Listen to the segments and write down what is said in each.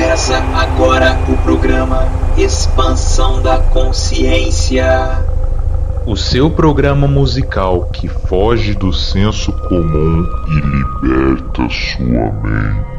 Começa agora o programa Expansão da Consciência. O seu programa musical que foge do senso comum e liberta sua mente.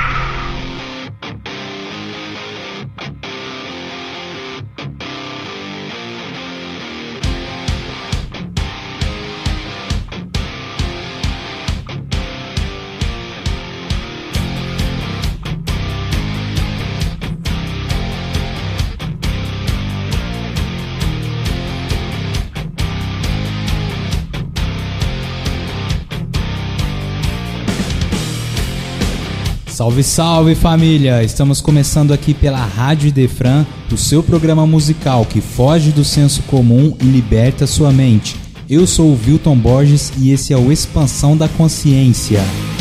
Salve, salve família! Estamos começando aqui pela Rádio Idefran, o seu programa musical que foge do senso comum e liberta sua mente. Eu sou o Wilton Borges e esse é o Expansão da Consciência.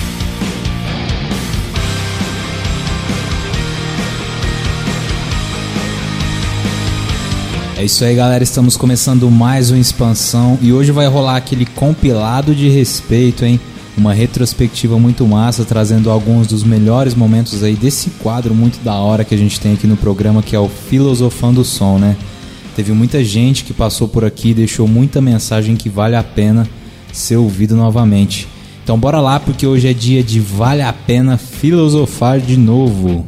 É isso aí, galera, estamos começando mais uma expansão e hoje vai rolar aquele compilado de respeito, hein? Uma retrospectiva muito massa, trazendo alguns dos melhores momentos aí desse quadro muito da hora que a gente tem aqui no programa, que é o Filosofando o Som, né? Teve muita gente que passou por aqui e deixou muita mensagem que vale a pena ser ouvido novamente. Então bora lá, porque hoje é dia de vale a pena filosofar de novo.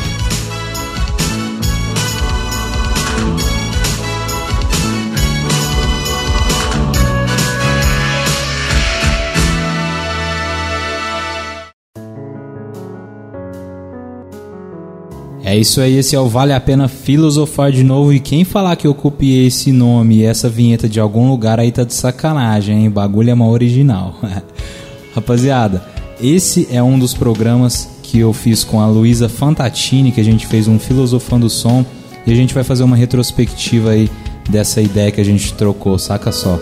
É isso aí, esse é o Vale a Pena Filosofar de Novo. E quem falar que eu copiei esse nome e essa vinheta de algum lugar aí tá de sacanagem, hein? O bagulho é mal original. Rapaziada, esse é um dos programas que eu fiz com a Luísa Fantatini, que a gente fez um Filosofando o Som. E a gente vai fazer uma retrospectiva aí dessa ideia que a gente trocou, saca só.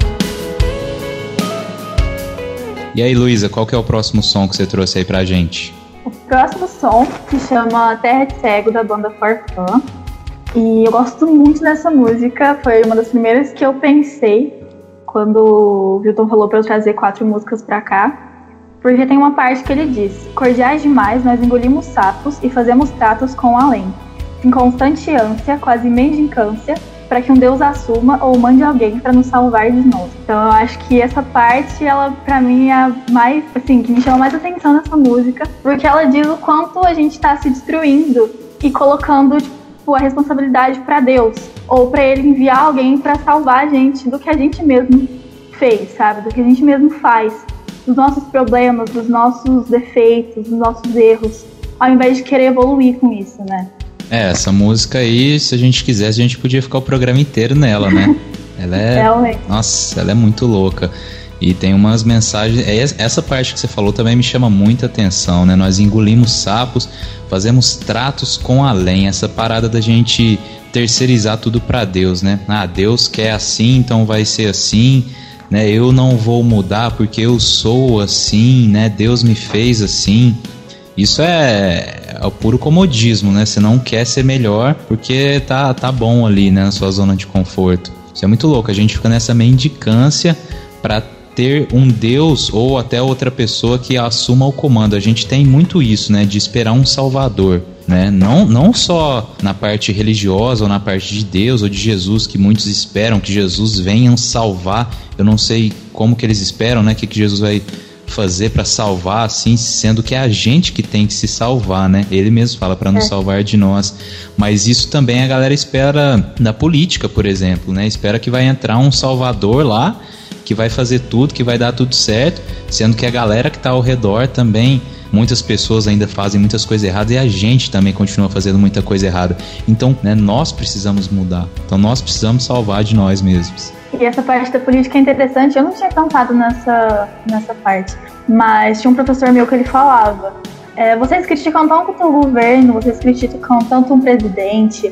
E aí, Luísa, qual que é o próximo som que você trouxe aí pra gente? O próximo som se chama Terra de Cego, da banda Forfã. E eu gosto muito dessa música. Foi uma das primeiras que eu pensei quando o Wilton falou para eu trazer 4 músicas pra cá. Porque tem uma parte que ele diz: cordiais demais, nós engolimos sapos e fazemos tratos com o além. Em constante ânsia, quase mendicância, para que um Deus assuma ou mande alguém para nos salvar de novo. Então eu acho que essa parte, ela pra mim é a mais, assim, que me chama mais atenção nessa música, porque ela diz o quanto a gente tá se destruindo e colocando, tipo, a responsabilidade para Deus, ou para ele enviar alguém para salvar a gente do que a gente mesmo fez, sabe? Do que a gente mesmo faz, dos nossos problemas, dos nossos defeitos, dos nossos erros, ao invés de querer evoluir com isso, né? Essa música aí, se a gente quisesse, a gente podia ficar o programa inteiro nela, né? Ela é... Realmente. Nossa, ela é muito louca. E tem umas mensagens... Essa parte que você falou também me chama muita atenção, né? Nós engolimos sapos, fazemos tratos com além. Essa parada da gente terceirizar tudo pra Deus, né? Ah, Deus quer assim, então vai ser assim, né? Eu não vou mudar porque eu sou assim, né? Deus me fez assim. Isso é o puro comodismo, né? Você não quer ser melhor porque tá bom ali, né? Na sua zona de conforto. Isso é muito louco. A gente fica nessa mendicância pra ter um Deus ou até outra pessoa que assuma o comando. A gente tem muito isso, né? De esperar um salvador, né? Não só na parte religiosa ou na parte de Deus ou de Jesus, que muitos esperam que Jesus venha salvar. Eu não sei como que eles esperam, né? Que Jesus vai fazer para salvar, assim, sendo que é a gente que tem que se salvar, né? Ele mesmo fala para nos salvar de nós. Mas isso também a galera espera da política, por exemplo, né? Espera que vai entrar um salvador lá, que vai fazer tudo, que vai dar tudo certo, sendo que a galera que tá ao redor também, muitas pessoas ainda fazem muitas coisas erradas e a gente também continua fazendo muita coisa errada. Então, né, nós precisamos mudar. Então nós precisamos salvar de nós mesmos. E essa parte da política é interessante. Eu não tinha pensado nessa parte, mas tinha um professor meu que ele falava: vocês criticam tanto o governo, vocês criticam tanto um presidente,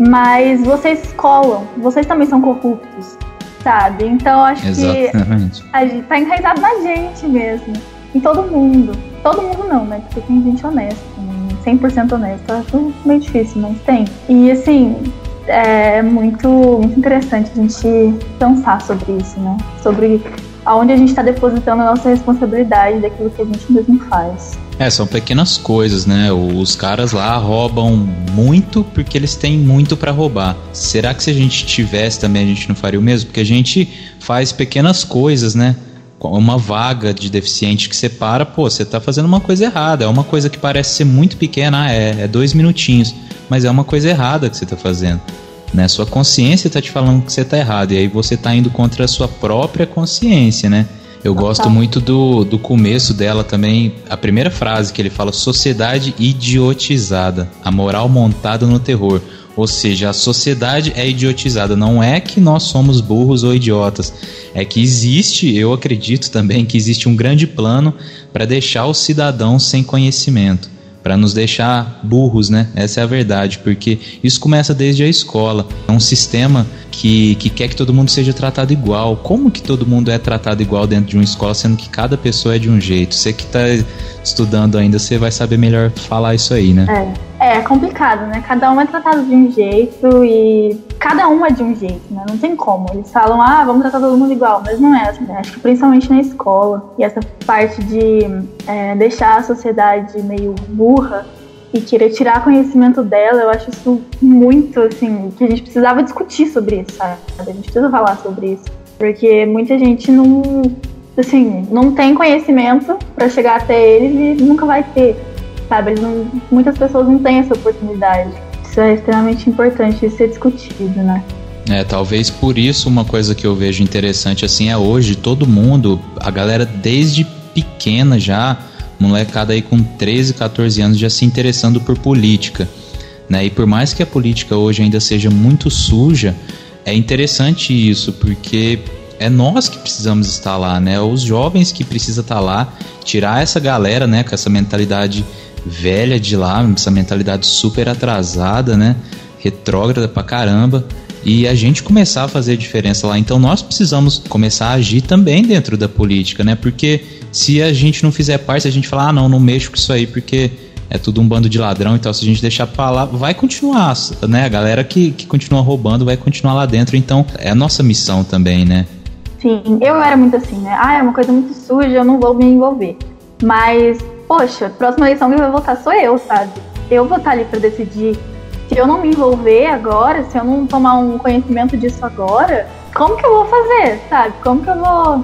mas vocês colam, vocês também são corruptos, sabe? Então acho Exatamente. Que a gente tá enraizado na gente mesmo, em todo mundo não, né? Porque tem gente honesta, 100% honesta. Eu acho meio difícil, mas tem. E assim, é muito, muito interessante a gente pensar sobre isso, né? Sobre aonde a gente está depositando a nossa responsabilidade daquilo que a gente mesmo faz. São pequenas coisas, né? Os caras lá roubam muito porque eles têm muito pra roubar. Será que se a gente tivesse também a gente não faria o mesmo? Porque a gente faz pequenas coisas, né? Uma vaga de deficiente que você para, você tá fazendo uma coisa errada. É uma coisa que parece ser muito pequena, é 2 minutinhos, mas é uma coisa errada que você tá fazendo, né? Sua consciência tá te falando que você tá errado, e aí você tá indo contra a sua própria consciência, né? Eu gosto muito do começo dela também, a primeira frase que ele fala: sociedade idiotizada, a moral montada no terror. Ou seja, a sociedade é idiotizada. Não é que nós somos burros ou idiotas, é que existe, eu acredito também, que existe um grande plano para deixar o cidadão sem conhecimento, para nos deixar burros, né? Essa é a verdade, porque isso começa desde a escola. É um sistema que quer que todo mundo seja tratado igual. Como que todo mundo é tratado igual dentro de uma escola, sendo que cada pessoa é de um jeito? Você que está estudando ainda, você vai saber melhor falar isso aí, né? É complicado, né? Cada um é tratado de um jeito e cada um é de um jeito, né? Não tem como. Eles falam, vamos tratar todo mundo igual, mas não é assim, né? Acho que principalmente na escola, e essa parte de deixar a sociedade meio burra e querer tirar conhecimento dela, eu acho isso muito, assim, que a gente precisava discutir sobre isso, sabe? A gente precisa falar sobre isso, porque muita gente não tem conhecimento para chegar até eles e nunca vai ter, sabe? Muitas pessoas não têm essa oportunidade. Isso é extremamente importante de ser discutido, né? Talvez por isso uma coisa que eu vejo interessante assim é hoje todo mundo, a galera desde pequena já, molecada aí com 13, 14 anos já se interessando por política, né? E por mais que a política hoje ainda seja muito suja, é interessante isso, porque é nós que precisamos estar lá, né? Os jovens que precisam estar lá, tirar essa galera, né, com essa mentalidade velha de lá, essa mentalidade super atrasada, né, retrógrada pra caramba, e a gente começar a fazer diferença lá. Então nós precisamos começar a agir também dentro da política, né? Porque se a gente não fizer parte, se a gente falar, não mexo com isso aí porque é tudo um bando de ladrão e tal, se a gente deixar pra lá, vai continuar, né? A galera que continua roubando vai continuar lá dentro, então é a nossa missão também, né? Sim, eu era muito assim, né? É uma coisa muito suja, eu não vou me envolver. Mas, poxa, a próxima eleição que vai votar sou eu, sabe? Eu vou estar ali pra decidir. Se eu não me envolver agora, se eu não tomar um conhecimento disso agora, como que eu vou fazer, sabe? Como que eu vou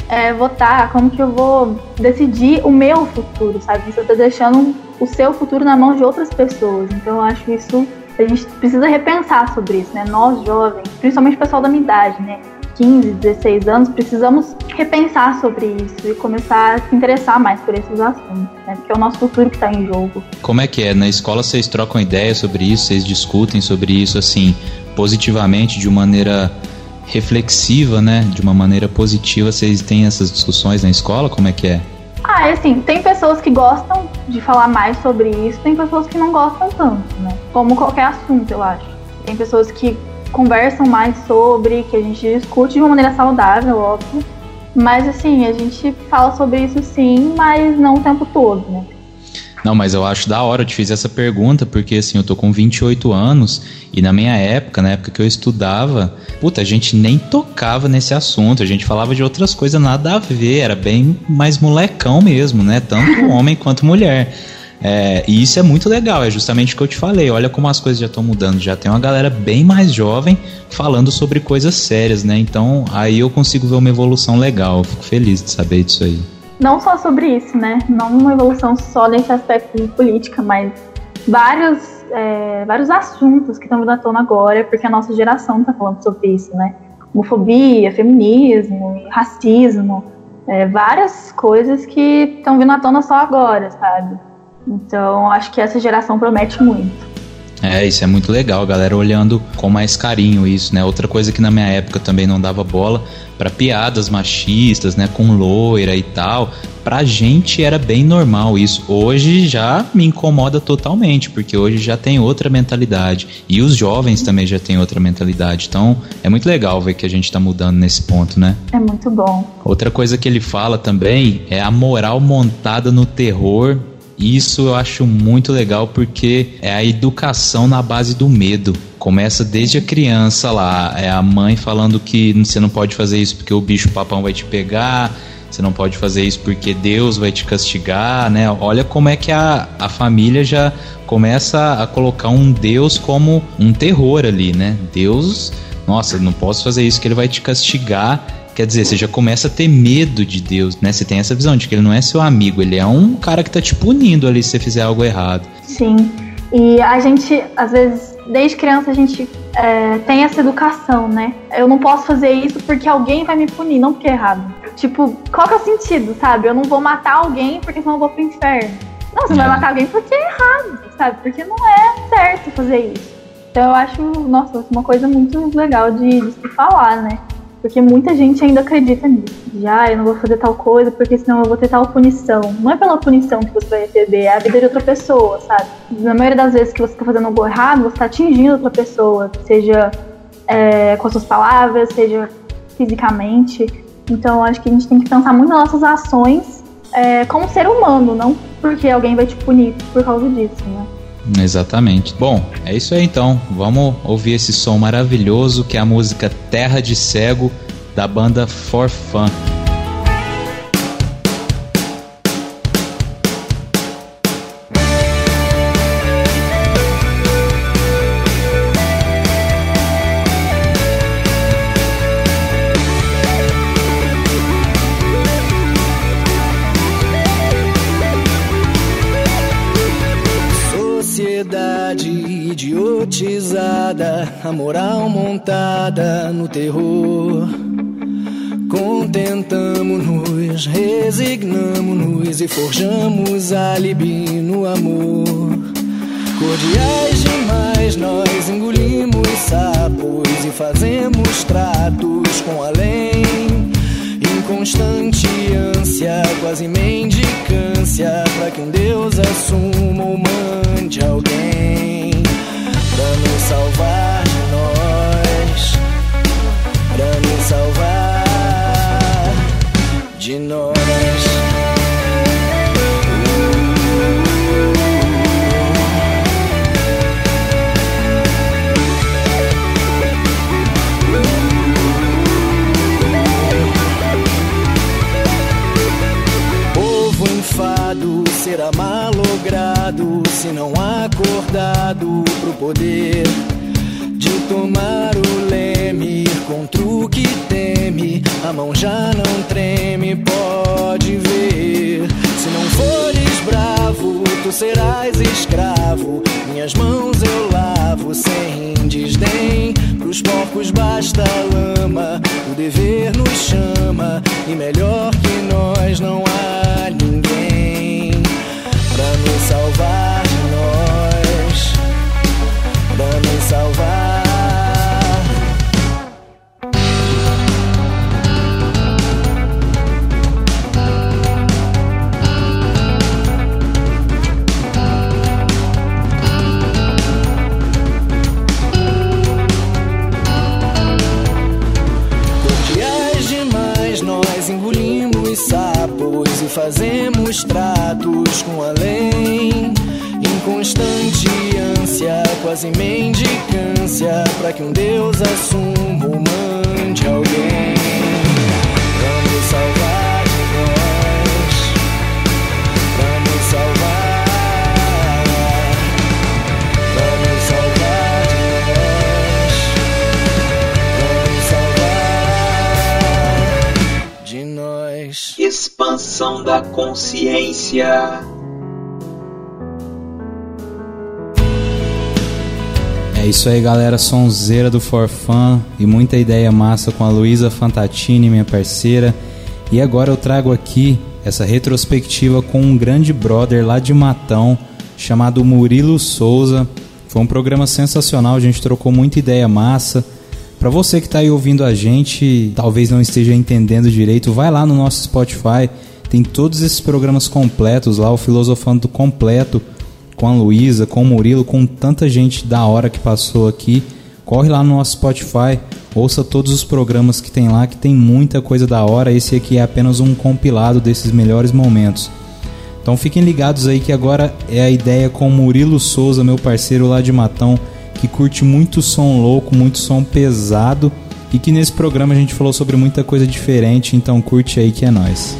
votar? Como que eu vou decidir o meu futuro, sabe? Você tá deixando o seu futuro na mão de outras pessoas. Então eu acho isso, a gente precisa repensar sobre isso, né? Nós jovens, principalmente o pessoal da minha idade, né? 15, 16 anos, precisamos repensar sobre isso e começar a se interessar mais por esses assuntos, né? Porque é o nosso futuro que está em jogo. Como é que é? Na escola vocês trocam ideias sobre isso, vocês discutem sobre isso, assim, positivamente, de uma maneira reflexiva, né? De uma maneira positiva, vocês têm essas discussões na escola? Como é que é? Assim, tem pessoas que gostam de falar mais sobre isso, tem pessoas que não gostam tanto, né? Como qualquer assunto, eu acho. Tem pessoas que conversam mais sobre, que a gente discute de uma maneira saudável, óbvio. Mas assim, a gente fala sobre isso sim, mas não o tempo todo, né? Não, mas eu acho da hora, eu te fiz essa pergunta, porque assim, eu tô com 28 anos e na minha época, na época que eu estudava, a gente nem tocava nesse assunto, a gente falava de outras coisas, nada a ver, era bem mais molecão mesmo, né? Tanto homem quanto mulher. E isso é muito legal, é justamente o que eu te falei. Olha como as coisas já estão mudando, já tem uma galera bem mais jovem falando sobre coisas sérias, né? Então aí eu consigo ver uma evolução legal, eu fico feliz de saber disso aí. Não só sobre isso, né? Não uma evolução só nesse aspecto de política, mas vários assuntos que estão vindo à tona agora, porque a nossa geração está falando sobre isso, né? Homofobia, feminismo, racismo, várias coisas que estão vindo à tona só agora, sabe? Então, acho que essa geração promete muito. Isso é muito legal, a galera olhando com mais carinho isso, né? Outra coisa que na minha época também não dava bola pra piadas machistas, né? Com loira e tal. Pra gente era bem normal isso. Hoje já me incomoda totalmente, porque hoje já tem outra mentalidade. E os jovens também já têm outra mentalidade. Então, é muito legal ver que a gente tá mudando nesse ponto, né? É muito bom. Outra coisa que ele fala também é a moral montada no terror Isso eu acho muito legal porque é a educação na base do medo. Começa desde a criança lá, é a mãe falando que você não pode fazer isso porque o bicho papão vai te pegar, você não pode fazer isso porque Deus vai te castigar, né? Olha como é que a família já começa a colocar um Deus como um terror ali, né? Deus, nossa, não posso fazer isso que ele vai te castigar. Quer dizer, você já começa a ter medo de Deus, né? Você tem essa visão de que ele não é seu amigo, ele é um cara que tá te punindo ali se você fizer algo errado. Sim, e a gente, às vezes, desde criança a gente tem essa educação, né? Eu não posso fazer isso porque alguém vai me punir, não porque é errado. Tipo, qual que é o sentido, sabe? Eu não vou matar alguém porque senão eu vou pro inferno. Não, você vai matar alguém porque é errado, sabe? Porque não é certo fazer isso. Então eu acho, nossa, uma coisa muito legal de se falar, né? Porque muita gente ainda acredita nisso. Eu não vou fazer tal coisa porque senão eu vou ter tal punição. Não é pela punição que você vai receber, é a vida de outra pessoa, sabe? Na maioria das vezes que você está fazendo algo errado, você está atingindo outra pessoa. Seja com as suas palavras, seja fisicamente. Então eu acho que a gente tem que pensar muito nas nossas ações como ser humano, não porque alguém vai te punir por causa disso, né? Exatamente. Bom, é isso aí então. Vamos ouvir esse som maravilhoso que é a música Terra de Cego da banda For Fun. Idiotizada, a moral montada no terror. Contentamo-nos, resignamo-nos e forjamos álibi no amor. Cordiais demais, nós engolimos sapos e fazemos tratos com além. Inconstante ânsia, quase mendicância, pra que um Deus assuma ou mande alguém pra nos salvar de nós, pra nos salvar de nós. Povo enfado será malogrado se não acordado pro poder de tomar o leme contra o que teme. A mão já não treme, pode ver. Se não fores bravo, tu serás escravo. Minhas mãos eu lavo sem desdém. Pros porcos basta lama, o dever nos chama. E melhor que nós não há ninguém pra nos salvar de nós, pra nos salvar. Cordiais demais, nós engolimos sapos e fazemos tratos com além. Inconstante ânsia, quase mendicância, pra que um Deus assuma ou mande alguém pra nos salvar de nós, pra nos salvar, pra nos salvar de nós, pra nos salvar de nós. Expansão da consciência. É isso aí, galera, sonzeira do For Fun e muita ideia massa com a Luísa Fantatini, minha parceira. E agora eu trago aqui essa retrospectiva com um grande brother lá de Matão, chamado Murilo Souza. Foi um programa sensacional, a gente trocou muita ideia massa. Pra você que tá aí ouvindo a gente, talvez não esteja entendendo direito, vai lá no nosso Spotify, tem todos esses programas completos lá, o Filosofando completo, com a Luísa, com o Murilo, com tanta gente da hora que passou aqui. Corre lá no nosso Spotify, ouça todos os programas que tem lá, que tem muita coisa da hora. Esse aqui é apenas um compilado desses melhores momentos. Então fiquem ligados aí que agora é a ideia com o Murilo Souza, meu parceiro lá de Matão, que curte muito som louco, muito som pesado, e que nesse programa a gente falou sobre muita coisa diferente, então curte aí que é nóis.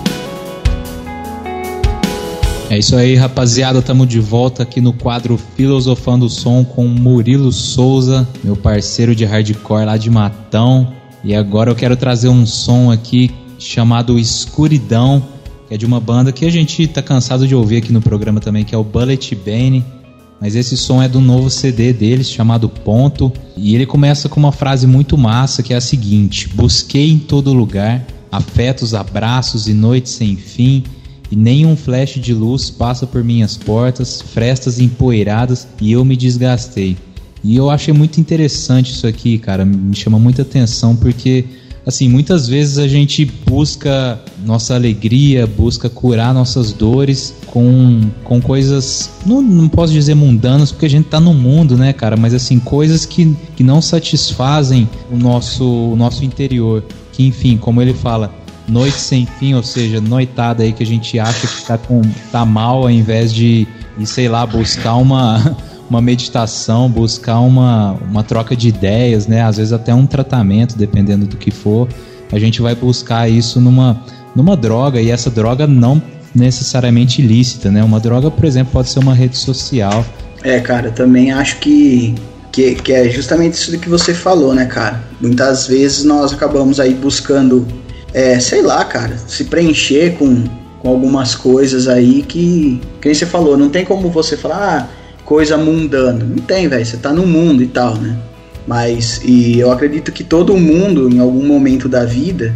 É isso aí, rapaziada, estamos de volta aqui no quadro Filosofando o Som com o Murilo Souza, meu parceiro de hardcore lá de Matão. E agora eu quero trazer um som aqui chamado Escuridão, que é de uma banda que a gente tá cansado de ouvir aqui no programa também, que é o Bullet Bane. Mas esse som é do novo CD deles, chamado Ponto. E ele começa com uma frase muito massa, que é a seguinte: busquei em todo lugar afetos, abraços e noites sem fim, e nenhum flash de luz passa por minhas portas, frestas empoeiradas, e eu me desgastei. E eu achei muito interessante isso aqui, cara, me chama muita atenção, porque, assim, muitas vezes a gente busca nossa alegria, busca curar nossas dores com coisas, não posso dizer mundanas, porque a gente tá no mundo, né, cara, mas, assim, coisas que não satisfazem o nosso interior, que, enfim, como ele fala, noite sem fim, ou seja, noitada aí que a gente acha que tá mal, ao invés de, sei lá, buscar uma meditação, buscar uma troca de ideias, né? Às vezes até um tratamento, dependendo do que for. A gente vai buscar isso numa droga, e essa droga não necessariamente ilícita, né? Uma droga, por exemplo, pode ser uma rede social. Cara, também acho que é justamente isso que você falou, né, cara? Muitas vezes nós acabamos aí buscando sei lá, cara, se preencher com algumas coisas aí que nem você falou, não tem como você falar, coisa mundana. Não tem, velho, você tá no mundo e tal, né? Mas, e eu acredito que todo mundo, em algum momento da vida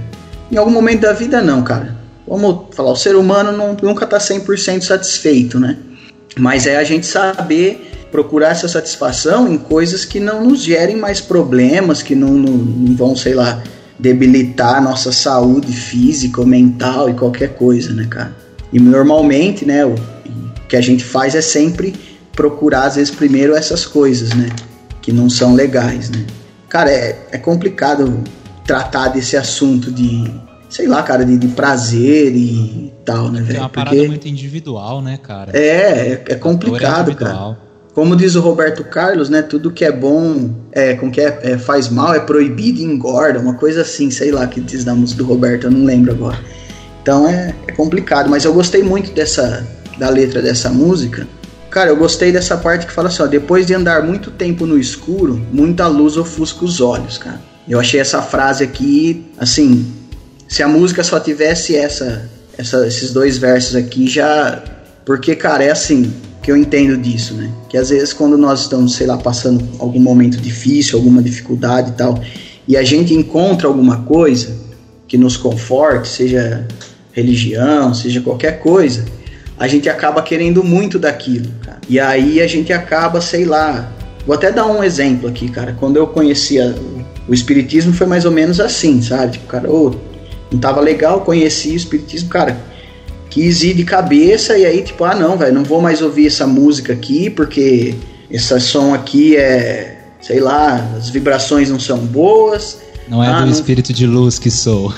não, cara, vamos falar, o ser humano nunca tá 100% satisfeito, né? Mas é a gente saber procurar essa satisfação em coisas que não nos gerem mais problemas, que não vão, sei lá, debilitar a nossa saúde física ou mental e qualquer coisa, né, cara? E normalmente, né, o que a gente faz é sempre procurar, às vezes, primeiro essas coisas, né, que não são legais, né? Cara, é complicado tratar desse assunto de, sei lá, cara, de prazer e tal, né, velho? É uma parada muito individual, né, cara? É complicado, cara. Como diz o Roberto Carlos, né, tudo que é bom, faz mal, é proibido e engorda, uma coisa assim, sei lá, que diz da música do Roberto, eu não lembro agora. Então é complicado, mas eu gostei muito da letra dessa música. Cara, eu gostei dessa parte que fala assim, ó, depois de andar muito tempo no escuro, muita luz ofusca os olhos, cara. Eu achei essa frase aqui, assim, se a música só tivesse esses dois versos aqui, já... Porque, cara, é assim que eu entendo disso, né? Que às vezes quando nós estamos, sei lá, passando algum momento difícil, alguma dificuldade e tal, e a gente encontra alguma coisa que nos conforte, seja religião, seja qualquer coisa, a gente acaba querendo muito daquilo, cara. E aí a gente acaba, sei lá... Vou até dar um exemplo aqui, cara. Quando eu conhecia o espiritismo foi mais ou menos assim, sabe? Tipo, cara, não tava legal, conheci o espiritismo, cara... quis ir de cabeça, e aí tipo, não, velho, não vou mais ouvir essa música aqui, porque esse som aqui sei lá, as vibrações não são boas. Não é do espírito de luz que sou.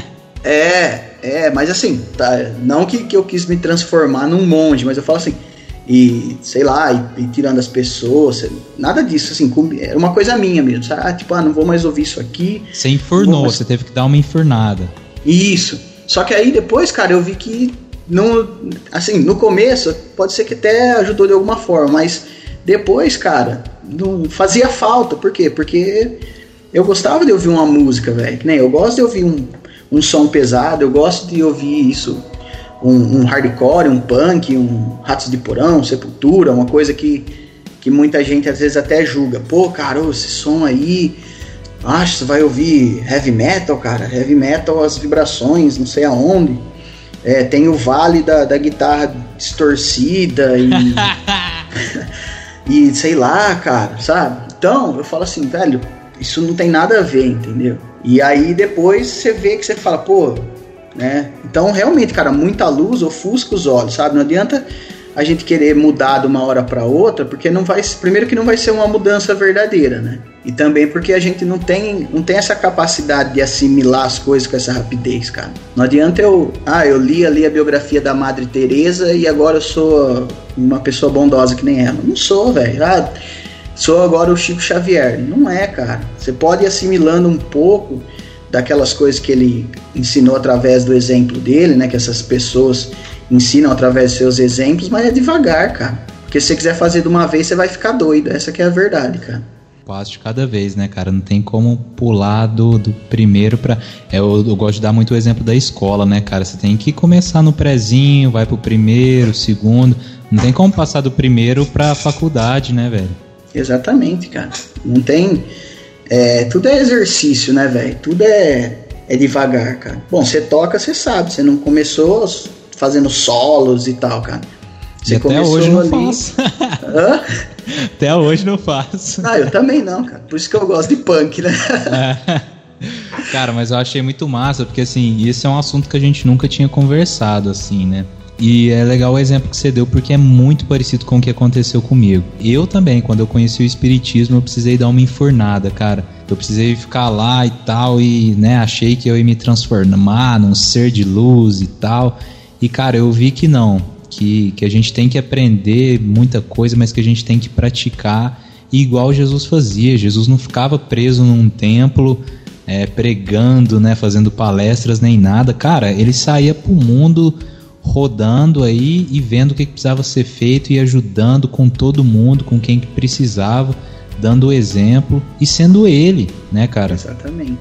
Mas assim, tá, não que eu quis me transformar num monge, mas eu falo assim, e sei lá, e tirando as pessoas, nada disso, assim, era uma coisa minha mesmo, sabe? Não vou mais ouvir isso aqui. Você enfurnou, você teve que dar uma enfurnada. Isso. Só que aí depois, cara, eu vi que assim, no começo pode ser que até ajudou de alguma forma, mas depois, cara, não fazia falta. Por quê? Porque eu gostava de ouvir uma música, velho, que nem eu gosto de ouvir um som pesado, eu gosto de ouvir isso, um hardcore, um punk, um Ratos de Porão, Sepultura, uma coisa que muita gente às vezes até julga. Pô, cara, esse som aí, acho que você vai ouvir heavy metal, cara. Heavy metal, as vibrações, não sei aonde. Tem o vale da guitarra distorcida e sei lá, cara, sabe? Então, eu falo assim, velho, isso não tem nada a ver, entendeu? E aí depois você vê que você fala, pô, né? Então, realmente, cara, muita luz ofusca os olhos, sabe? Não adianta a gente querer mudar de uma hora para outra, porque primeiro que não vai ser uma mudança verdadeira, né? E também porque a gente não tem essa capacidade de assimilar as coisas com essa rapidez, cara. Não adianta eu li ali a biografia da Madre Teresa e agora eu sou uma pessoa bondosa que nem ela. Não sou, velho. Sou agora o Chico Xavier. Não é, cara. Você pode ir assimilando um pouco daquelas coisas que ele ensinou através do exemplo dele, né? Que essas pessoas ensinam através dos seus exemplos, mas é devagar, cara. Porque se você quiser fazer de uma vez, você vai ficar doido. Essa que é a verdade, cara. Passo de cada vez, né, cara? Não tem como pular do primeiro pra... Eu gosto de dar muito o exemplo da escola, né, cara? Você tem que começar no prézinho, vai pro primeiro, segundo. Não tem como passar do primeiro pra faculdade, né, velho? Exatamente, cara. Não tem... tudo é exercício, né, velho? Tudo é devagar, cara. Bom, você toca, você sabe. Você não começou fazendo solos e tal, cara. Você até hoje não faço. Hã? Até hoje não faço. Eu também não, cara. Por isso que eu gosto de punk, né? Cara, mas eu achei muito massa, porque assim, esse é um assunto que a gente nunca tinha conversado, assim, né? E é legal o exemplo que você deu, porque é muito parecido com o que aconteceu comigo. Eu também, quando eu conheci o espiritismo, eu precisei dar uma enfurnada, cara. Eu precisei ficar lá e tal, e, né, achei que eu ia me transformar num ser de luz e tal. E, cara, eu vi que não. Que a gente tem que aprender muita coisa, mas que a gente tem que praticar igual Jesus fazia. Jesus não ficava preso num templo pregando, né, fazendo palestras nem nada. Cara, ele saía pro mundo rodando aí e vendo o que precisava ser feito e ajudando com todo mundo, com quem que precisava, dando o exemplo e sendo ele, né, cara? Exatamente.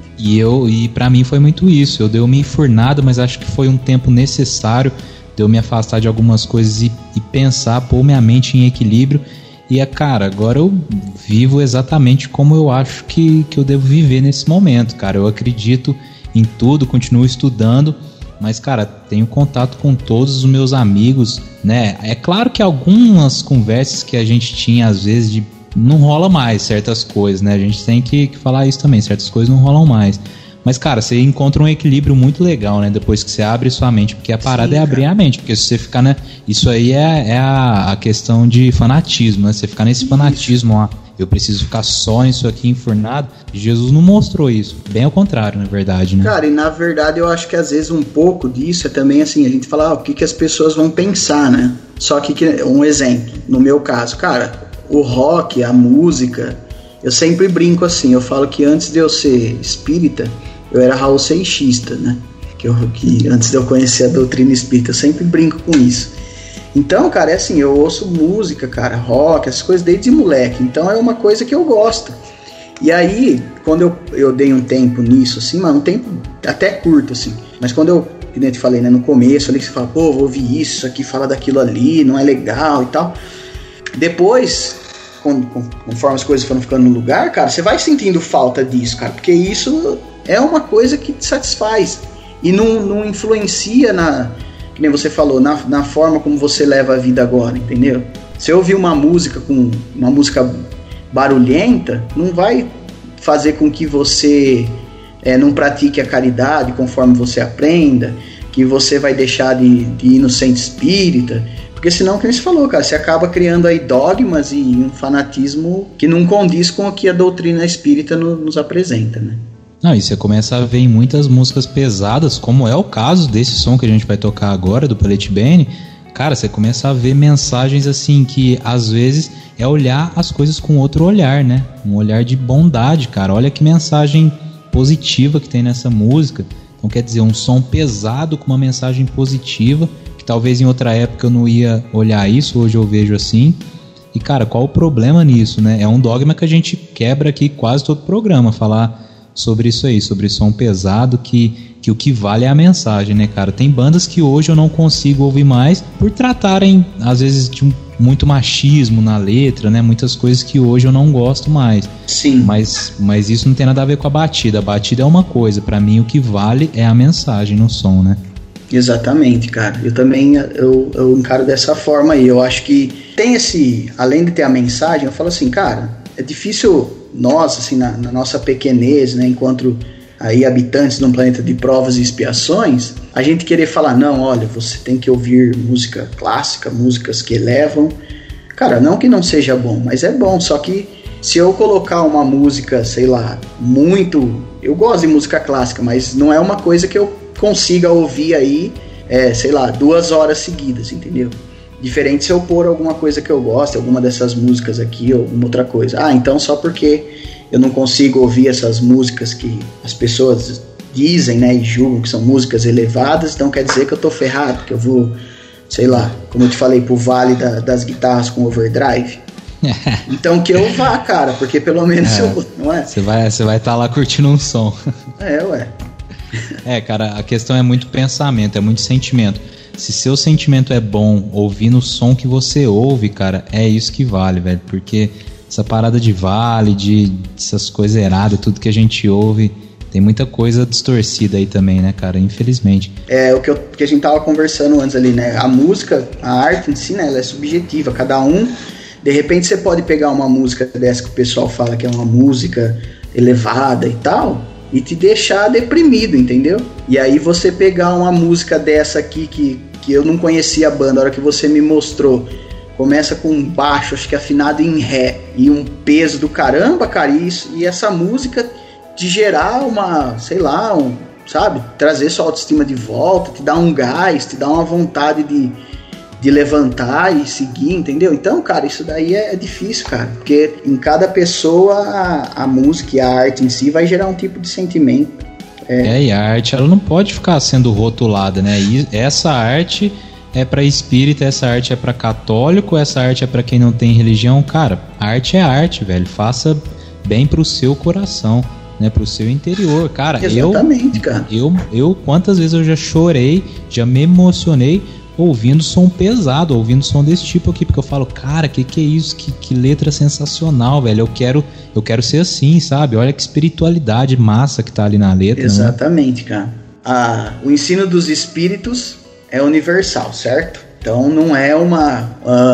E pra mim foi muito isso. Eu dei uma enfurnada, mas acho que foi um tempo necessário de eu me afastar de algumas coisas e pensar, pôr minha mente em equilíbrio. E, cara, agora eu vivo exatamente como eu acho que eu devo viver nesse momento, cara. Eu acredito em tudo, continuo estudando, mas, cara, tenho contato com todos os meus amigos, né? É claro que algumas conversas que a gente tinha, às vezes, não rola mais certas coisas, né? A gente tem que falar isso também, certas coisas não rolam mais. Mas, cara, você encontra um equilíbrio muito legal, né? Depois que você abre sua mente, porque a parada é abrir a mente. Porque se você ficar, né? Isso aí é a questão de fanatismo, né? Você ficar nesse fanatismo, ó, eu preciso ficar só nisso aqui enfurnado. Jesus não mostrou isso. Bem ao contrário, na verdade, né? Cara, e na verdade eu acho que às vezes um pouco disso é também assim, a gente fala, o que as pessoas vão pensar, né? Só que um exemplo, no meu caso, cara, o rock, a música, eu sempre brinco assim, eu falo que antes de eu ser espírita, eu era Raul Seixista, né? Que antes de eu conhecer a doutrina espírita, eu sempre brinco com isso. Então, cara, é assim, eu ouço música, cara, rock, essas coisas desde moleque. Então é uma coisa que eu gosto. E aí, quando eu dei um tempo nisso, assim, mas um tempo até curto, assim. Mas quando eu te falei, né, no começo, ali que você fala, pô, vou ouvir isso aqui, fala daquilo ali, não é legal e tal. Depois, conforme as coisas foram ficando no lugar, cara, você vai sentindo falta disso, cara, porque isso é uma coisa que te satisfaz e não influencia que nem você falou, na forma como você leva a vida agora, entendeu? Se eu ouvir uma música barulhenta, não vai fazer com que você não pratique a caridade conforme você aprenda, que você vai deixar de ir no centro espírita, porque senão, como você falou, cara, você acaba criando aí dogmas e um fanatismo que não condiz com o que a doutrina espírita nos apresenta, né? Não, e você começa a ver em muitas músicas pesadas, como é o caso desse som que a gente vai tocar agora, do Palete Bene. Cara, você começa a ver mensagens assim que às vezes é olhar as coisas com outro olhar, né? Um olhar de bondade, cara. Olha que mensagem positiva que tem nessa música. Então quer dizer, um som pesado com uma mensagem positiva, que talvez em outra época eu não ia olhar isso, hoje eu vejo assim. E cara, qual o problema nisso, né? É um dogma que a gente quebra aqui quase todo programa, falar sobre isso aí, sobre som pesado, que o que vale é a mensagem, né, cara? Tem bandas que hoje eu não consigo ouvir mais por tratarem, às vezes, de muito machismo na letra, né? Muitas coisas que hoje eu não gosto mais. Sim. Mas isso não tem nada a ver com a batida. A batida é uma coisa, pra mim o que vale é a mensagem no som, né? Exatamente, cara. Eu também eu encaro dessa forma aí. Eu acho que tem além de ter a mensagem, eu falo assim, cara, é difícil nós, assim, na nossa pequenez, né, enquanto aí habitantes de um planeta de provas e expiações, a gente querer falar, não, olha, você tem que ouvir música clássica, músicas que elevam. Cara, não que não seja bom, mas é bom, só que se eu colocar uma música, sei lá, muito... Eu gosto de música clássica, mas não é uma coisa que eu consiga ouvir aí, sei lá, 2 horas seguidas, entendeu? Diferente se eu pôr alguma coisa que eu gosto, alguma dessas músicas aqui, ou alguma outra coisa. Ah, então só porque eu não consigo ouvir essas músicas que as pessoas dizem, né, e julgam que são músicas elevadas, então quer dizer que eu tô ferrado, que eu vou, sei lá, como eu te falei, pro vale das guitarras com overdrive. Então que eu vá, cara, porque pelo menos eu... Não é? Você vai estar lá curtindo um som. Ué. Cara, a questão é muito pensamento, é muito sentimento. Se seu sentimento é bom, ouvindo o som que você ouve, cara, é isso que vale, velho. Porque essa parada de vale, essas coisas erradas, tudo que a gente ouve, tem muita coisa distorcida aí também, né, cara? Infelizmente. O que a gente tava conversando antes ali, né? A música, a arte em si, né, ela é subjetiva. Cada um, de repente você pode pegar uma música dessa que o pessoal fala que é uma música elevada e tal, e te deixar deprimido, entendeu? E aí você pegar uma música dessa aqui que eu não conhecia a banda, a hora que você me mostrou, começa com um baixo, acho que afinado em ré, e um peso do caramba, cara, e essa música te gerar uma, sei lá, sabe? Trazer sua autoestima de volta, te dar um gás, te dar uma vontade de levantar e seguir, entendeu? Então, cara, isso daí é difícil, cara, porque em cada pessoa a música e a arte em si vai gerar um tipo de sentimento. E a arte, ela não pode ficar sendo rotulada, né? E essa arte é pra espírita, essa arte é pra católico, essa arte é pra quem não tem religião. Cara, arte é arte, velho. Faça bem pro seu coração, né? Pro seu interior, cara. Exatamente, cara. Eu quantas vezes eu já chorei, já me emocionei ouvindo som pesado, ouvindo som desse tipo aqui, porque eu falo, cara, que é isso? Que letra sensacional, velho. Eu quero ser assim, sabe? Olha que espiritualidade massa que tá ali na letra. Exatamente, né? Cara. O ensino dos espíritos é universal, certo? Então não é uma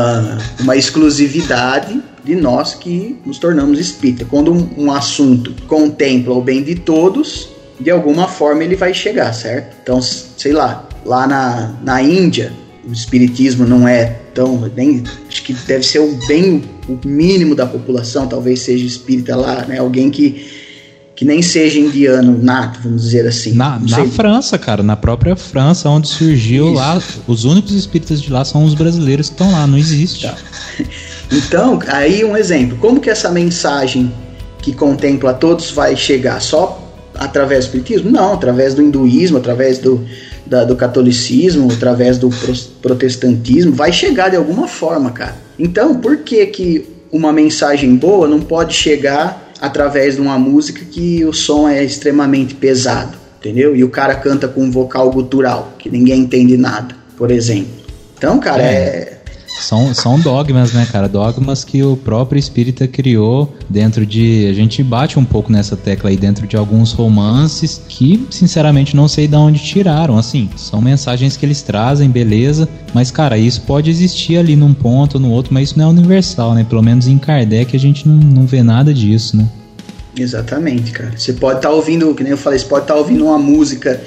exclusividade de nós que nos tornamos espírita. Quando um assunto contempla o bem de todos, de alguma forma ele vai chegar, certo? Então, sei lá, lá na Índia, o espiritismo não é tão... acho que deve ser o mínimo da população, talvez seja espírita lá, né? Alguém que nem seja indiano nato, vamos dizer assim. Na França, cara, na própria França, onde surgiu isso. Lá, os únicos espíritas de lá são os brasileiros que estão lá, não existe. Tá. Então, aí um exemplo, como que essa mensagem que contempla todos vai chegar? Só através do espiritismo? Não, através do hinduísmo, através do catolicismo, através do protestantismo, vai chegar de alguma forma, cara. Então, por que uma mensagem boa não pode chegar através de uma música que o som é extremamente pesado, entendeu? E o cara canta com um vocal gutural, que ninguém entende nada, por exemplo. Então, cara, São dogmas, né, cara? Dogmas que o próprio espírita criou dentro de... A gente bate um pouco nessa tecla aí dentro de alguns romances que, sinceramente, não sei de onde tiraram. Assim, são mensagens que eles trazem, beleza. Mas, cara, isso pode existir ali num ponto ou no outro, mas isso não é universal, né? Pelo menos em Kardec a gente não vê nada disso, né? Exatamente, cara. Você pode estar ouvindo, que nem eu falei, você pode estar ouvindo uma música...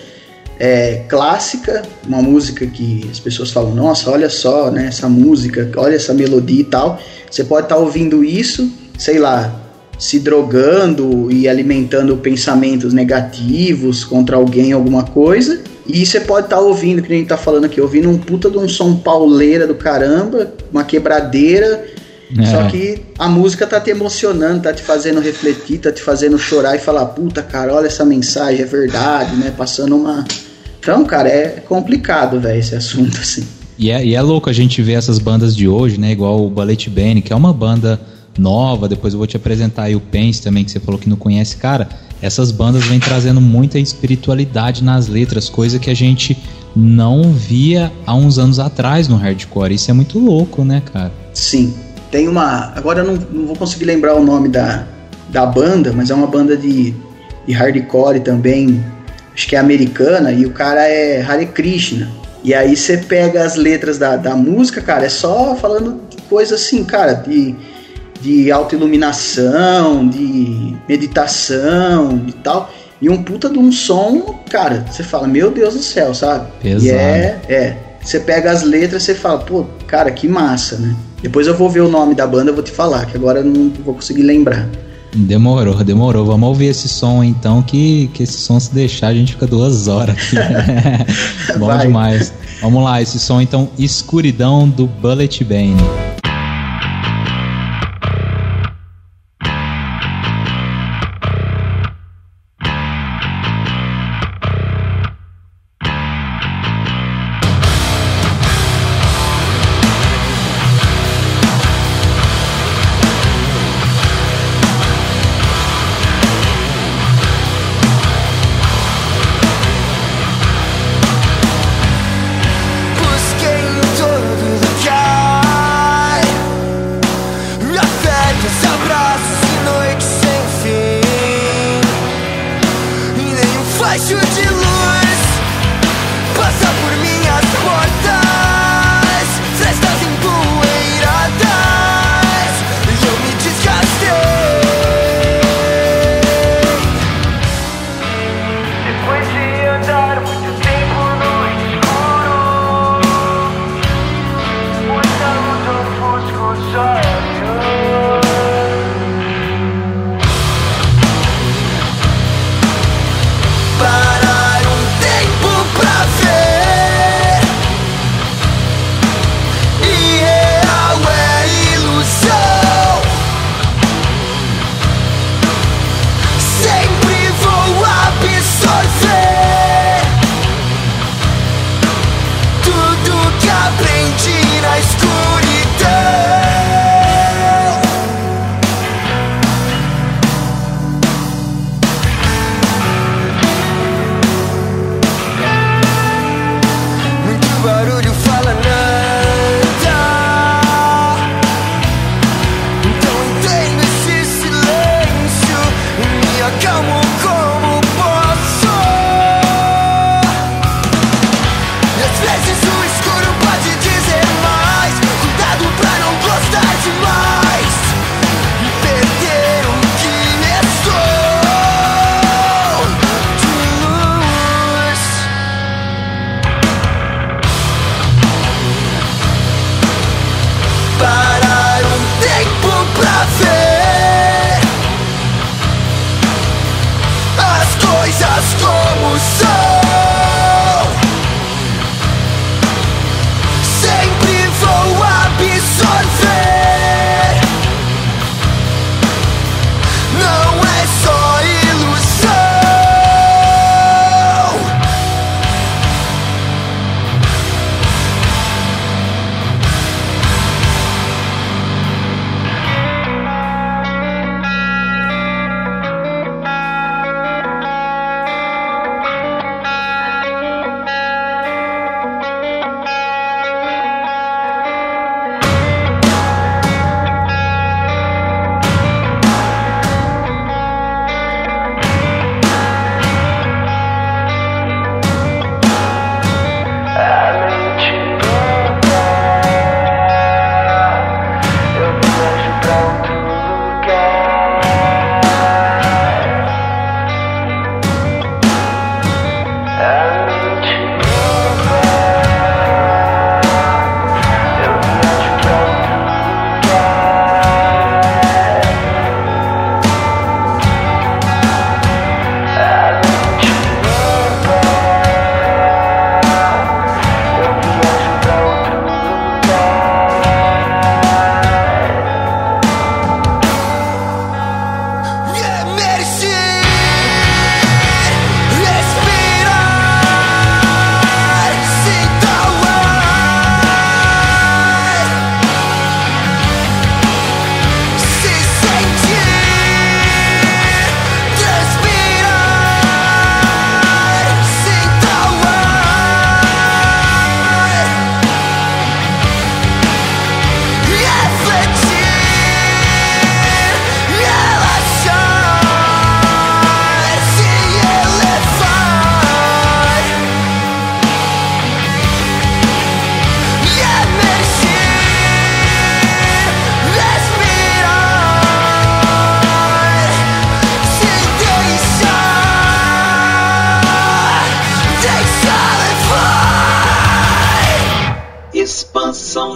clássica, uma música que as pessoas falam, nossa, olha só, né, essa música, olha essa melodia e tal. Você pode estar ouvindo isso, sei lá, se drogando e alimentando pensamentos negativos contra alguém, alguma coisa, e você pode estar ouvindo, que a gente tá falando aqui, ouvindo um puta de um som pauleira do caramba, uma quebradeira, só que a música tá te emocionando, tá te fazendo refletir, tá te fazendo chorar e falar, puta, cara, olha essa mensagem, é verdade, né, passando uma... Então, cara, é complicado, velho, esse assunto, assim. E é louco a gente ver essas bandas de hoje, né, igual o Bullet Bane, que é uma banda nova, depois eu vou te apresentar aí o Pence também, que você falou que não conhece, cara, essas bandas vêm trazendo muita espiritualidade nas letras, coisa que a gente não via há uns anos atrás no hardcore, isso é muito louco, né, cara? Sim. Tem uma... Agora eu não vou conseguir lembrar o nome da banda, mas é uma banda de hardcore também, acho que é americana, e o cara é Hare Krishna. E aí você pega as letras da música, cara, é só falando de coisa assim, cara, de autoiluminação, de meditação e tal. E um puta de um som, cara, você fala, meu Deus do céu, sabe? Pesado. E você pega as letras e você fala, pô, cara, que massa, né? Depois eu vou ver o nome da banda, eu vou te falar, que agora eu não vou conseguir lembrar. Demorou. Vamos ouvir esse som então, que esse som, se deixar, a gente fica 2 horas aqui. Bom Vai. Demais. Vamos lá, esse som então, Escuridão, do Bullet Bane.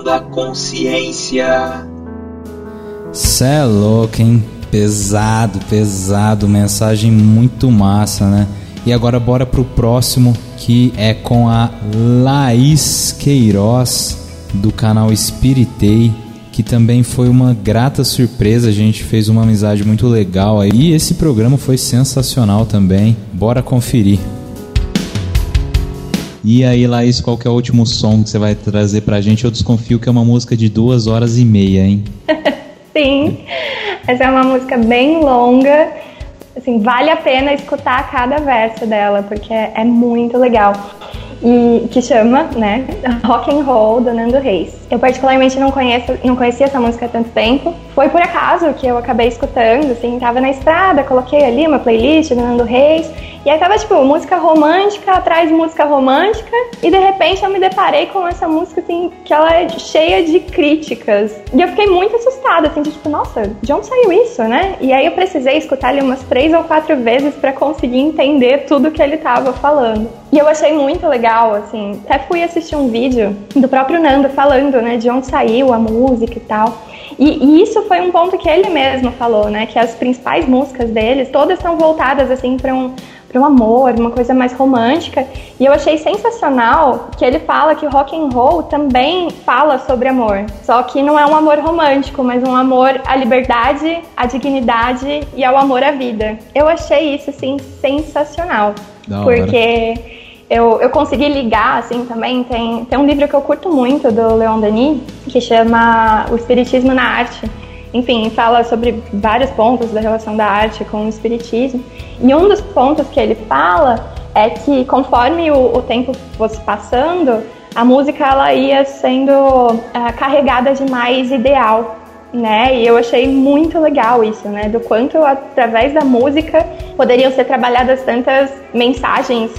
da consciência. Cê é louco, hein? Pesado, mensagem muito massa, né? E agora bora pro próximo, que é com a Laís Queiroz, do canal Espiritei, que também foi uma grata surpresa. A gente fez uma amizade muito legal aí, e esse programa foi sensacional também. Bora conferir. E aí, Laís, qual que é o último som que você vai trazer pra gente? Eu desconfio que é uma música de 2h30, hein? Sim, essa é uma música bem longa. Assim, vale a pena escutar cada verso dela, porque é muito legal. E que chama, né, Rock and Roll, do Nando Reis. Eu particularmente não conhecia essa música há tanto tempo. Foi por acaso que eu acabei escutando, assim, tava na estrada, coloquei ali uma playlist do Nando Reis, e aí tava, tipo, música romântica atrás de música romântica, e de repente eu me deparei com essa música, assim, que ela é cheia de críticas. E eu fiquei muito assustada, assim, de tipo, nossa, de onde saiu isso, né? E aí eu precisei escutar ali umas 3 ou 4 vezes pra conseguir entender tudo que ele tava falando. E eu achei muito legal, assim, até fui assistir um vídeo do próprio Nando falando, né, de onde saiu a música e tal. E isso foi um ponto que ele mesmo falou, né, que as principais músicas deles, todas são voltadas, assim, para um amor, uma coisa mais romântica. E eu achei sensacional que ele fala que o rock and roll também fala sobre amor. Só que não é um amor romântico, mas um amor à liberdade, à dignidade e ao amor à vida. Eu achei isso, assim, sensacional. Porque eu consegui ligar, assim, também. Tem um livro que eu curto muito, do Leon Denis, que chama O Espiritismo na Arte. Enfim, fala sobre vários pontos da relação da arte com o espiritismo. E um dos pontos que ele fala é que conforme o tempo fosse passando, a música ela ia sendo carregada de mais ideal, né? E eu achei muito legal isso, né? Do quanto através da música poderiam ser trabalhadas tantas mensagens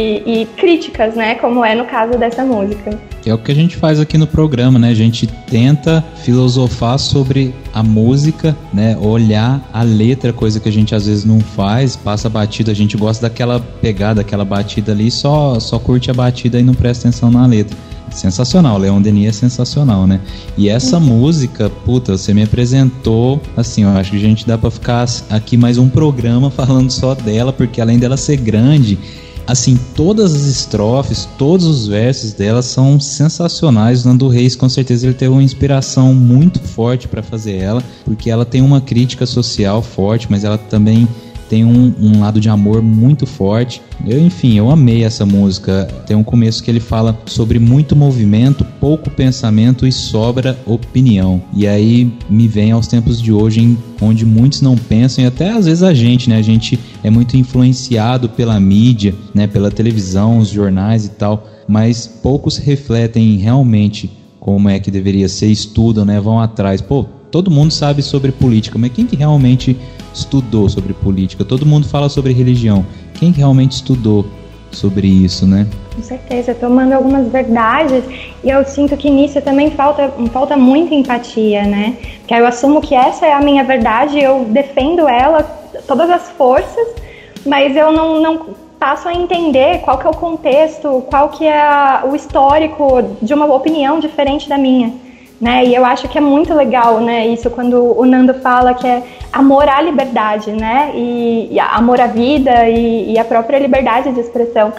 e críticas, né? Como é no caso dessa música. Que é o que a gente faz aqui no programa, né? A gente tenta filosofar sobre a música, né? Olhar a letra, coisa que a gente às vezes não faz, passa batida, a gente gosta daquela pegada, aquela batida ali, só curte a batida e não presta atenção na letra. Sensacional, Leon Denis é sensacional, né? E essa música, puta, você me apresentou, assim, eu acho que a gente dá pra ficar aqui mais um programa falando só dela, porque além dela ser grande, assim, todas as estrofes, todos os versos dela são sensacionais. O Nando Reis, com certeza, ele teve uma inspiração muito forte pra fazer ela, porque ela tem uma crítica social forte, mas ela também tem um lado de amor muito forte. Eu amei essa música. Tem um começo que ele fala sobre muito movimento, pouco pensamento e sobra opinião. E aí me vem aos tempos de hoje, onde muitos não pensam, e até às vezes a gente, né? A gente é muito influenciado pela mídia, né? Pela televisão, os jornais e tal, mas poucos refletem realmente como é que deveria ser, estudam, né? Vão atrás. Pô, todo mundo sabe sobre política, mas quem que realmente estudou sobre política? Todo mundo fala sobre religião. Quem que realmente estudou sobre isso, né? Com certeza, tomando algumas verdades, e eu sinto que nisso também falta muita empatia, né? Porque aí eu assumo que essa é a minha verdade, eu defendo ela, todas as forças, mas eu não passo a entender qual que é o contexto, qual que é o histórico de uma opinião diferente da minha. Né? E eu acho que é muito legal, né, isso quando o Nando fala que é amor à liberdade, né, e amor à vida e a própria liberdade de expressão.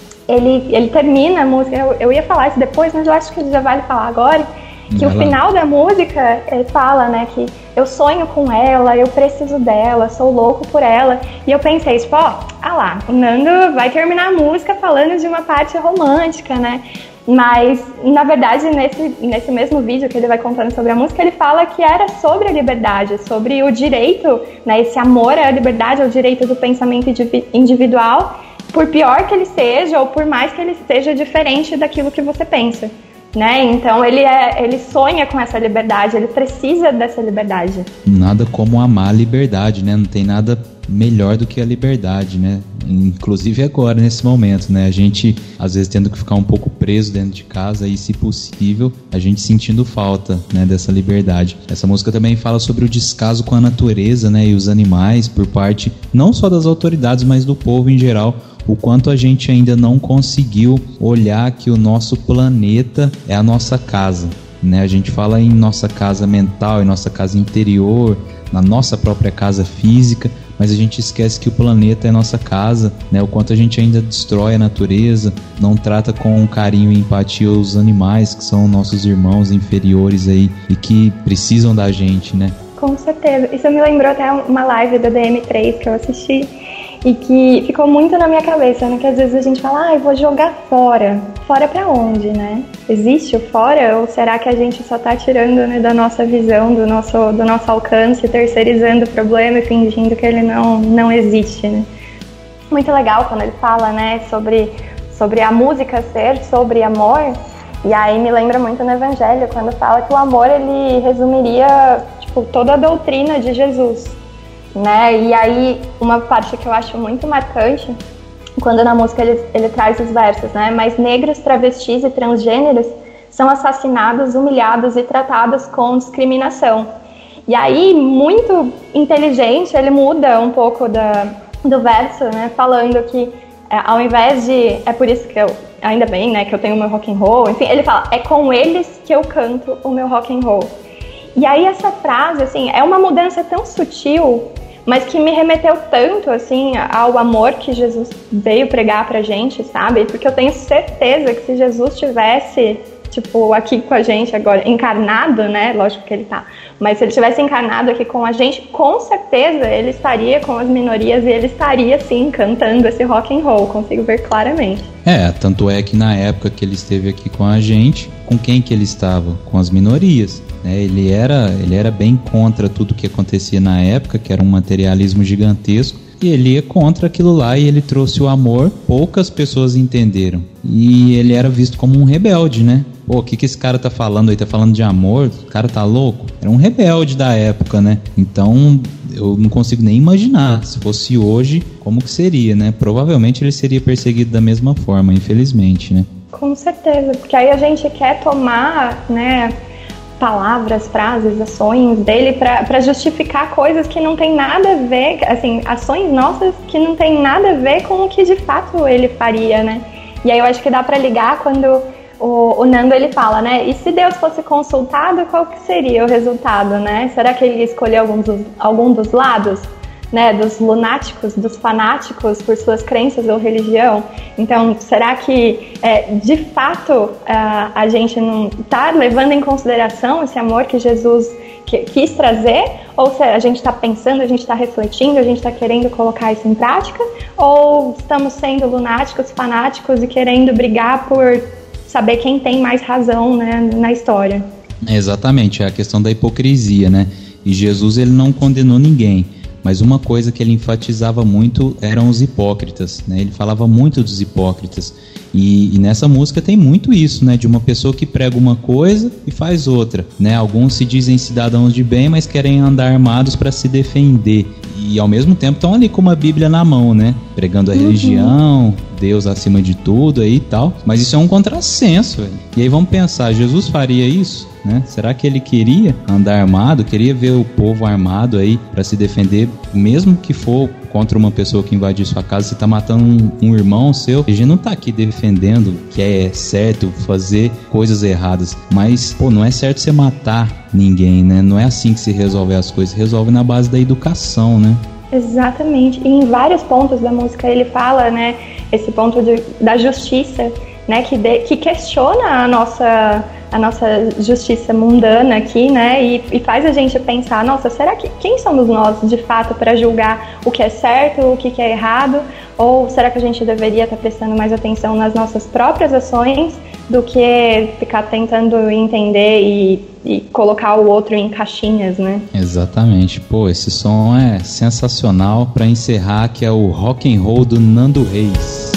Ele termina a música, eu ia falar isso depois, mas eu acho que já vale falar agora, que o final da música, ele fala, né, que eu sonho com ela, eu preciso dela, sou louco por ela. E eu pensei, tipo, lá, o Nando vai terminar a música falando de uma parte romântica, né? Mas, na verdade, nesse mesmo vídeo que ele vai contando sobre a música, ele fala que era sobre a liberdade, sobre o direito, né, esse amor à liberdade, ao direito do pensamento individual, por pior que ele seja, ou por mais que ele seja diferente daquilo que você pensa. Né? Então ele sonha com essa liberdade, ele precisa dessa liberdade. Nada como amar a liberdade, né? Não tem nada melhor do que a liberdade, né? Inclusive agora, nesse momento, né? A gente, às vezes, tendo que ficar um pouco preso dentro de casa e, se possível, a gente sentindo falta, né, dessa liberdade. Essa música também fala sobre o descaso com a natureza, né, e os animais por parte, não só das autoridades, mas do povo em geral. O quanto a gente ainda não conseguiu olhar que o nosso planeta é a nossa casa, né? A gente fala em nossa casa mental, em nossa casa interior, na nossa própria casa física, mas a gente esquece que o planeta é nossa casa, né? O quanto a gente ainda destrói a natureza, não trata com carinho e empatia os animais, que são nossos irmãos inferiores aí e que precisam da gente, né? Com certeza. Isso me lembrou até uma live da DM3 que eu assisti e que ficou muito na minha cabeça, né? Que às vezes a gente fala, eu vou jogar fora. Fora pra onde, né? Existe o fora? Ou será que a gente só tá tirando, né, da nossa visão, do nosso alcance, terceirizando o problema e fingindo que ele não existe, né? Muito legal quando ele fala, né, sobre a música ser sobre amor. E aí me lembra muito no Evangelho, quando fala que o amor, ele resumiria, tipo, toda a doutrina de Jesus, né? E aí, uma parte que eu acho muito marcante, quando na música ele traz os versos, né? Mas negros, travestis e transgêneros são assassinados, humilhados e tratados com discriminação. E aí, muito inteligente, ele muda um pouco do verso, né? Falando que ao invés de... É por isso que eu... Ainda bem, né? Que eu tenho o meu rock and roll. Enfim, ele fala, é com eles que eu canto o meu rock and roll. E aí essa frase, assim, é uma mudança tão sutil, mas que me remeteu tanto, assim, ao amor que Jesus veio pregar pra gente, sabe? Porque eu tenho certeza que se Jesus tivesse, tipo, aqui com a gente agora, encarnado, né? Lógico que ele tá. Mas se ele tivesse encarnado aqui com a gente, com certeza ele estaria com as minorias e ele estaria, sim, cantando esse rock and roll. Consigo ver claramente. Tanto é que na época que ele esteve aqui com a gente, com quem que ele estava? Com as minorias. Ele era bem contra tudo que acontecia na época, que era um materialismo gigantesco, e ele ia contra aquilo lá e ele trouxe o amor. Poucas pessoas entenderam, e ele era visto como um rebelde, né? Pô, o que esse cara tá falando aí? Tá falando de amor? O cara tá louco? Era um rebelde da época, né? Então eu não consigo nem imaginar, se fosse hoje, como que seria, né? Provavelmente ele seria perseguido da mesma forma, infelizmente, né? Com certeza, porque aí a gente quer tomar, né, palavras, frases, ações dele para justificar coisas que não tem nada a ver, assim, ações nossas que não tem nada a ver com o que de fato ele faria, né? E aí eu acho que dá para ligar quando o Nando, ele fala, né? E se Deus fosse consultado, qual que seria o resultado, né? Será que ele ia escolher algum dos lados, né? Dos lunáticos, dos fanáticos por suas crenças ou religião? Então, será que, de fato, a gente não está levando em consideração esse amor que Jesus quis trazer? Ou se a gente está pensando, a gente está refletindo, a gente está querendo colocar isso em prática? Ou estamos sendo lunáticos, fanáticos e querendo brigar por saber quem tem mais razão, né, na história? Exatamente, é a questão da hipocrisia, né? E Jesus, ele não condenou ninguém, mas uma coisa que ele enfatizava muito eram os hipócritas, né? Ele falava muito dos hipócritas, e nessa música tem muito isso, né? De uma pessoa que prega uma coisa e faz outra, né? Alguns se dizem cidadãos de bem, mas querem andar armados para se defender, e ao mesmo tempo estão ali com uma Bíblia na mão, né? Pregando a religião, Deus acima de tudo aí e tal, mas isso é um contrassenso, velho. E aí vamos pensar, Jesus faria isso? Né? Será que ele queria andar armado, queria ver o povo armado aí para se defender, mesmo que for contra uma pessoa que invadiu sua casa? Você tá matando um irmão seu, a gente não tá aqui defendendo que é certo fazer coisas erradas, mas pô, não é certo você matar ninguém, né? Não é assim que se resolve as coisas, se resolve na base da educação, né? Exatamente, e em vários pontos da música ele fala, né, esse ponto da justiça, né, que questiona a nossa justiça mundana aqui, né, e faz a gente pensar, nossa, será que quem somos nós de fato para julgar o que é certo, o que é errado, ou será que a gente deveria estar prestando mais atenção nas nossas próprias ações do que ficar tentando entender e colocar o outro em caixinhas, né? Exatamente. Pô, esse som é sensacional para encerrar, que é o rock and roll do Nando Reis.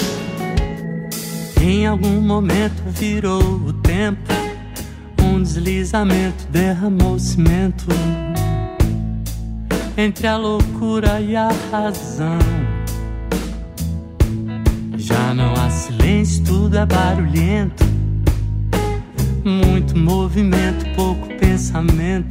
Em algum momento virou o tempo, um deslizamento derramou cimento entre a loucura e a razão. Já não há silêncio, tudo é barulhento, muito movimento, pouco pensamento,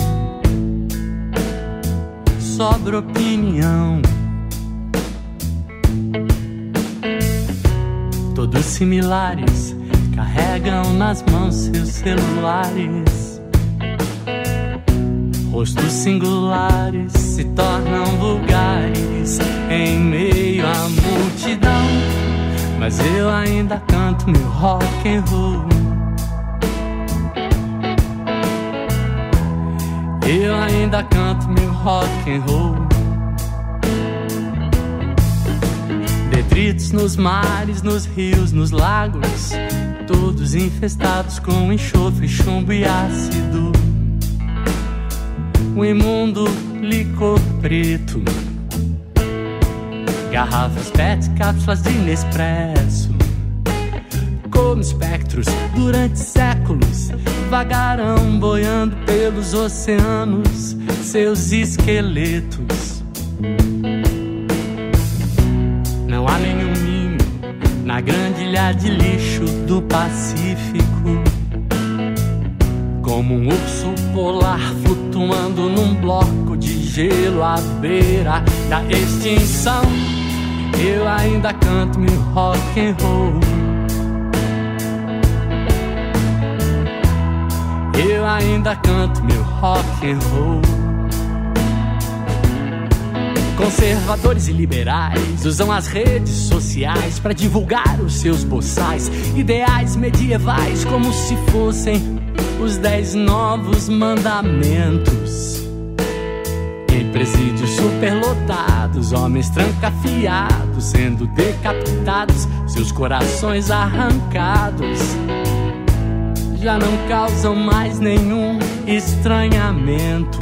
sobra opinião. Todos similares, carregam nas mãos seus celulares. Rostos singulares se tornam vulgares em meio à multidão. Mas eu ainda canto meu rock and roll. Eu ainda canto meu rock and roll. Detritos nos mares, nos rios, nos lagos, todos infestados com enxofre, chumbo e ácido. O imundo licor preto, garrafas PET, cápsulas de Nespresso. Como espectros durante séculos vagarão boiando pelos oceanos seus esqueletos. Não há nenhum ninho na grande ilha de lixo do Pacífico. Como um urso polar flutuando num bloco de gelo à beira da extinção, eu ainda canto meu rock and roll. Eu ainda canto meu rock and roll. Conservadores e liberais usam as redes sociais para divulgar os seus boçais, ideais medievais como se fossem os 10 novos mandamentos. Em presídios superlotados, homens trancafiados sendo decapitados, seus corações arrancados já não causam mais nenhum estranhamento.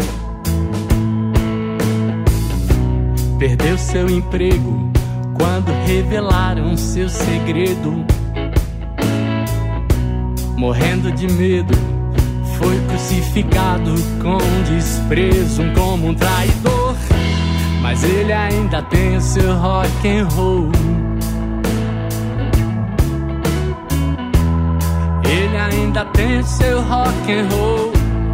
Perdeu seu emprego quando revelaram seu segredo. Morrendo de medo, foi crucificado com desprezo como um traidor. Mas ele ainda tem o seu rock and roll. Ele ainda tem seu rock and roll.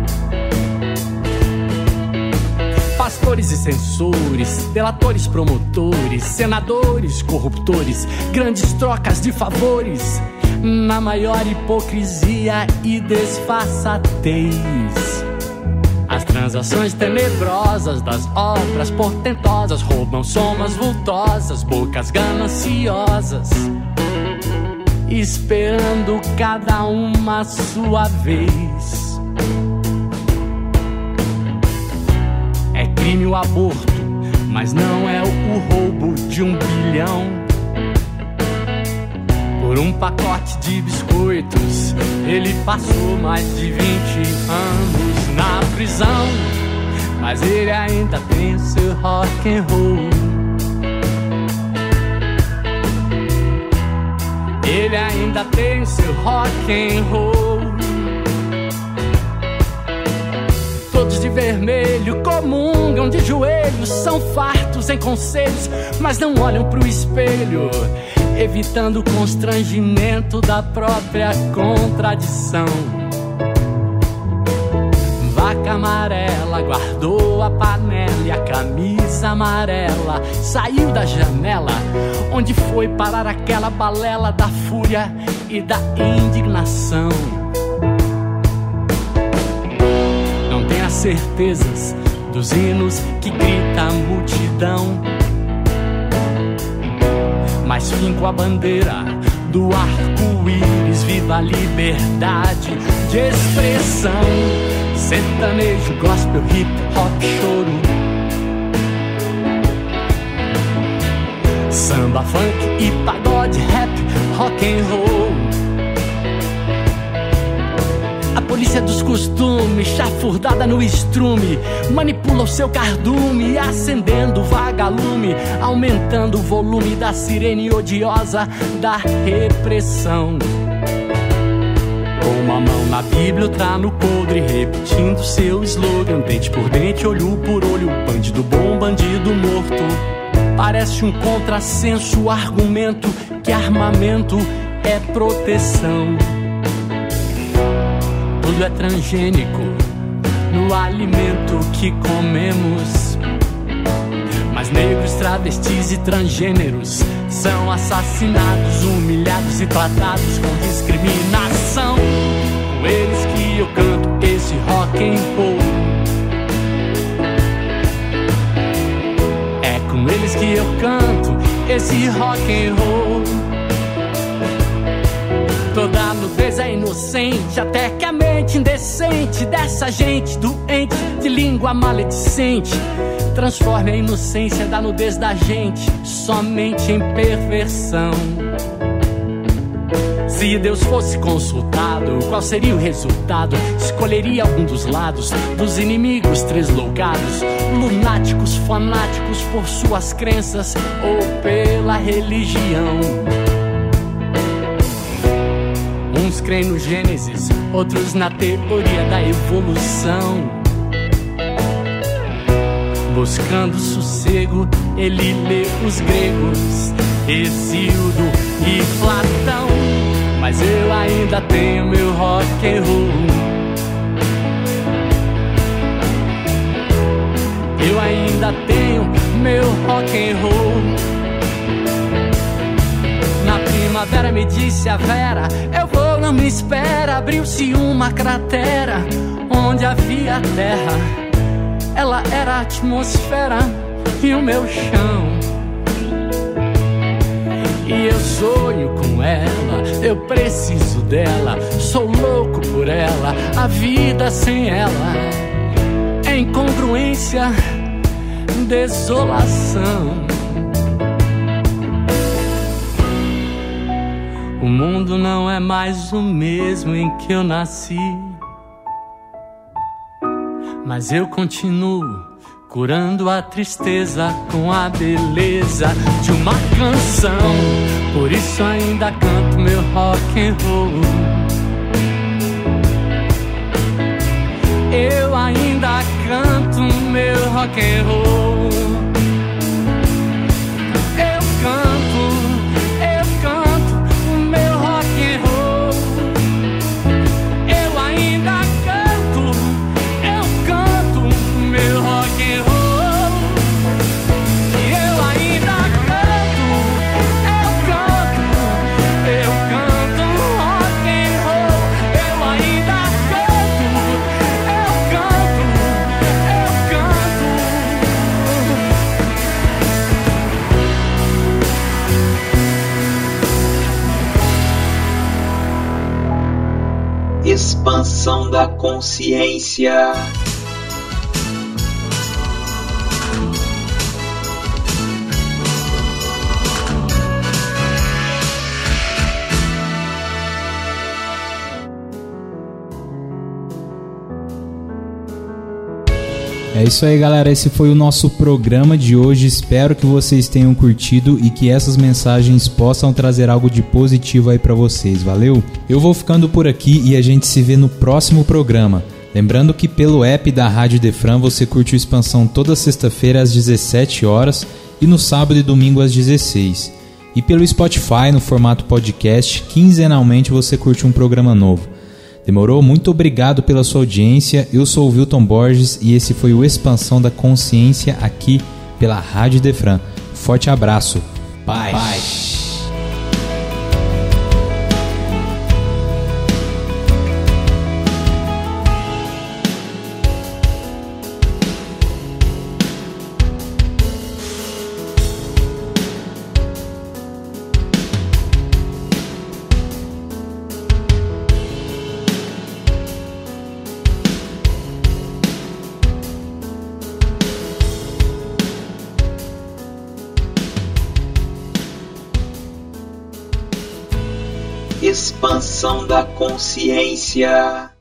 Pastores e censores, delatores, promotores, senadores, corruptores, grandes trocas de favores, na maior hipocrisia e desfaçatez. As transações tenebrosas das obras portentosas roubam somas vultosas, bocas gananciosas, esperando cada uma a sua vez. É crime o aborto, mas não é o roubo de 1 bilhão. Por um pacote de biscoitos, ele passou mais de 20 anos na prisão. Mas ele ainda tem seu rock and roll. Ele ainda tem seu rock and roll. Todos de vermelho comungam de joelhos, são fartos em conselhos, mas não olham pro espelho, evitando o constrangimento da própria contradição. Vaca amarela guardou a panela e a camisa amarela saiu da janela, onde foi parar aquela balela da fúria e da indignação. Não tenho as certezas dos hinos que grita a multidão, mas finco a bandeira do arco-íris, viva a liberdade de expressão. Sertanejo, gospel, hip hop, choro, samba, funk e pagode, rap, rock and roll. A polícia dos costumes, chafurdada no estrume, manipula o seu cardume, acendendo o vagalume, aumentando o volume da sirene odiosa da repressão. Com uma mão na Bíblia, outra no podre, repetindo seu slogan, dente por dente, olho por olho, bandido bom, bandido morto. Parece um contrassenso o argumento que armamento é proteção. Tudo é transgênico no alimento que comemos, mas Mas negros, travestis e transgêneros são assassinados, humilhados e tratados com discriminação. Com eles que eu canto esse rock and roll. É com eles que eu canto esse rock and roll. Toda nudez é inocente, até que a mente indecente dessa gente doente de língua maledicente transforma a inocência da nudez da gente somente em perversão. Se Deus fosse consultado, qual seria o resultado? Escolheria algum dos lados dos inimigos tresloucados, lunáticos, fanáticos por suas crenças ou pela religião. Uns creem no Gênesis, outros na teoria da evolução. Buscando sossego, ele lê os gregos, Hesíodo e Platão. Mas eu ainda tenho meu rock and roll. Eu ainda tenho meu rock and roll. Na primavera me disse a Vera, eu vou, não me espera. Abriu-se uma cratera onde havia terra. Ela era a atmosfera e o meu chão. E eu sonho com ela, eu preciso dela. Sou louco por ela, a vida sem ela é incongruência, desolação. O mundo não é mais o mesmo em que eu nasci, mas eu continuo curando a tristeza com a beleza de uma canção. Por isso ainda canto meu rock and roll. Eu ainda canto meu rock and roll. Eu canto o meu rock and roll. Eu ainda canto o meu rock and roll. Eu ainda canto rock and roll. Eu ainda Expansão da consciência. É isso aí, galera, esse foi o nosso programa de hoje. Espero que vocês tenham curtido e que essas mensagens possam trazer algo de positivo aí pra vocês, valeu? Eu vou ficando por aqui e a gente se vê no próximo programa. Lembrando que pelo app da Rádio Defran você curte o Expansão toda sexta-feira às 17 horas e no sábado e domingo às 16. E pelo Spotify, no formato podcast, quinzenalmente você curte um programa novo. Demorou? Muito obrigado pela sua audiência. Eu sou o Wilton Borges e esse foi o Expansão da Consciência aqui pela Rádio Defran. Forte abraço. Paz. Expansão da consciência.